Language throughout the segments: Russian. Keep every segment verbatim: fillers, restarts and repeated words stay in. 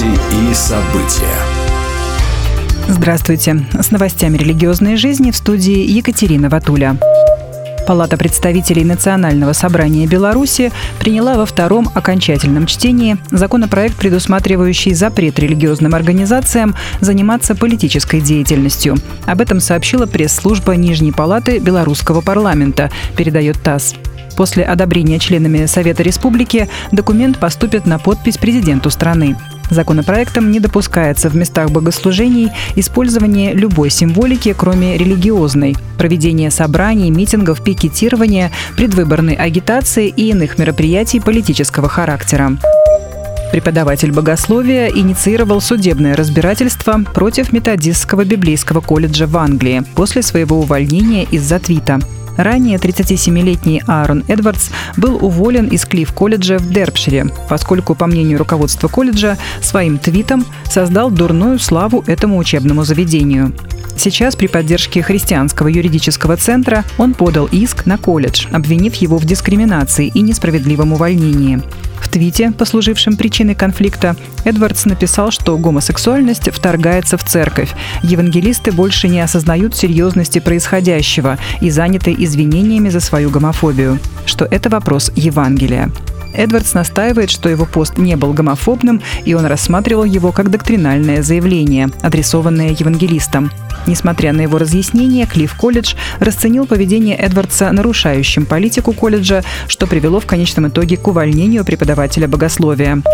Новости и события. Здравствуйте. С новостями религиозной жизни в студии Екатерина Ватуля. Палата представителей Национального собрания Беларуси приняла во втором окончательном чтении законопроект, предусматривающий запрет религиозным организациям заниматься политической деятельностью. Об этом сообщила пресс-служба Нижней палаты Белорусского парламента, передает ТАСС. После одобрения членами Совета Республики документ поступит на подпись президенту страны. Законопроектом не допускается в местах богослужений использование любой символики, кроме религиозной, проведение собраний, митингов, пикетирования, предвыборной агитации и иных мероприятий политического характера. Преподаватель богословия инициировал судебное разбирательство против методистского библейского колледжа в Англии после своего увольнения из-за твита. Ранее тридцатисемилетний Аарон Эдвардс был уволен из Клифф-колледжа в Дербшире, поскольку, по мнению руководства колледжа, своим твитом создал дурную славу этому учебному заведению. Сейчас при поддержке Христианского юридического центра он подал иск на колледж, обвинив его в дискриминации и несправедливом увольнении. В твите, послужившем причиной конфликта, Эдвардс написал, что гомосексуальность вторгается в церковь. Евангелисты больше не осознают серьезности происходящего и заняты извинениями за свою гомофобию, что это вопрос Евангелия. Эдвардс настаивает, что его пост не был гомофобным, и он рассматривал его как доктринальное заявление, адресованное евангелистам. Несмотря на его разъяснения, Клифф-колледж расценил поведение Эдвардса нарушающим политику колледжа, что привело в конечном итоге к увольнению преподавателя богословия.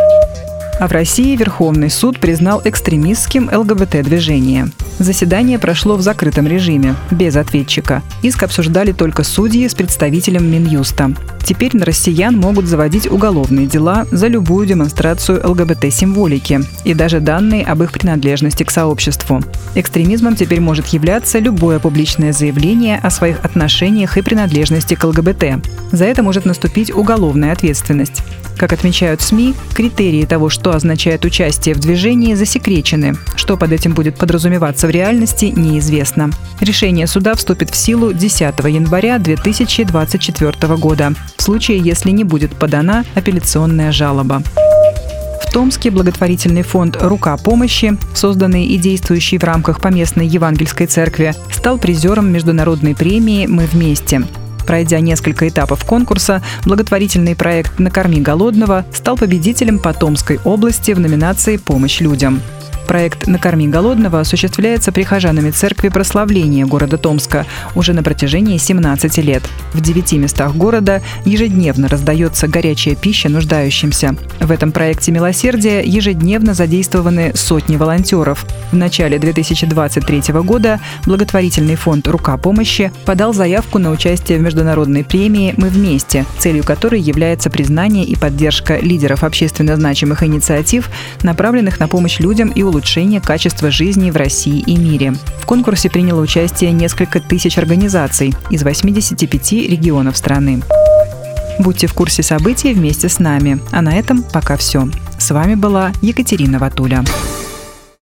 А в России Верховный суд признал экстремистским ЛГБТ-движение. Заседание прошло в закрытом режиме, без ответчика. Иск обсуждали только судьи с представителем Минюста. Теперь на россиян могут заводить уголовные дела за любую демонстрацию ЛГБТ-символики и даже данные об их принадлежности к сообществу. Экстремизмом теперь может являться любое публичное заявление о своих отношениях и принадлежности к ЛГБТ. За это может наступить уголовная ответственность. Как отмечают СМИ, критерии того, что означает участие в движении, засекречены. Что под этим будет подразумеваться в реальности, неизвестно. Решение суда вступит в силу десятого января две тысячи двадцать четвёртого года, в случае, если не будет подана апелляционная жалоба. В Томске благотворительный фонд «Рука помощи», созданный и действующий в рамках Поместной Евангельской церкви, стал призером международной премии «Мы вместе». Пройдя несколько этапов конкурса, благотворительный проект «Накорми голодного» стал победителем по Томской области в номинации «Помощь людям». Проект «Накорми голодного» осуществляется прихожанами церкви Прославления города Томска уже на протяжении семнадцати лет. В девяти местах города ежедневно раздается горячая пища нуждающимся. В этом проекте милосердия ежедневно задействованы сотни волонтеров. В начале две тысячи двадцать третьего года благотворительный фонд «Рука помощи» подал заявку на участие в международной премии «Мы вместе», целью которой является признание и поддержка лидеров общественно значимых инициатив, направленных на помощь людям и улучшение улучшение качества жизни в России и мире. В конкурсе приняло участие несколько тысяч организаций из восьмидесяти пяти регионов страны. Будьте в курсе событий вместе с нами. А на этом пока все. С вами была Екатерина Ватуля.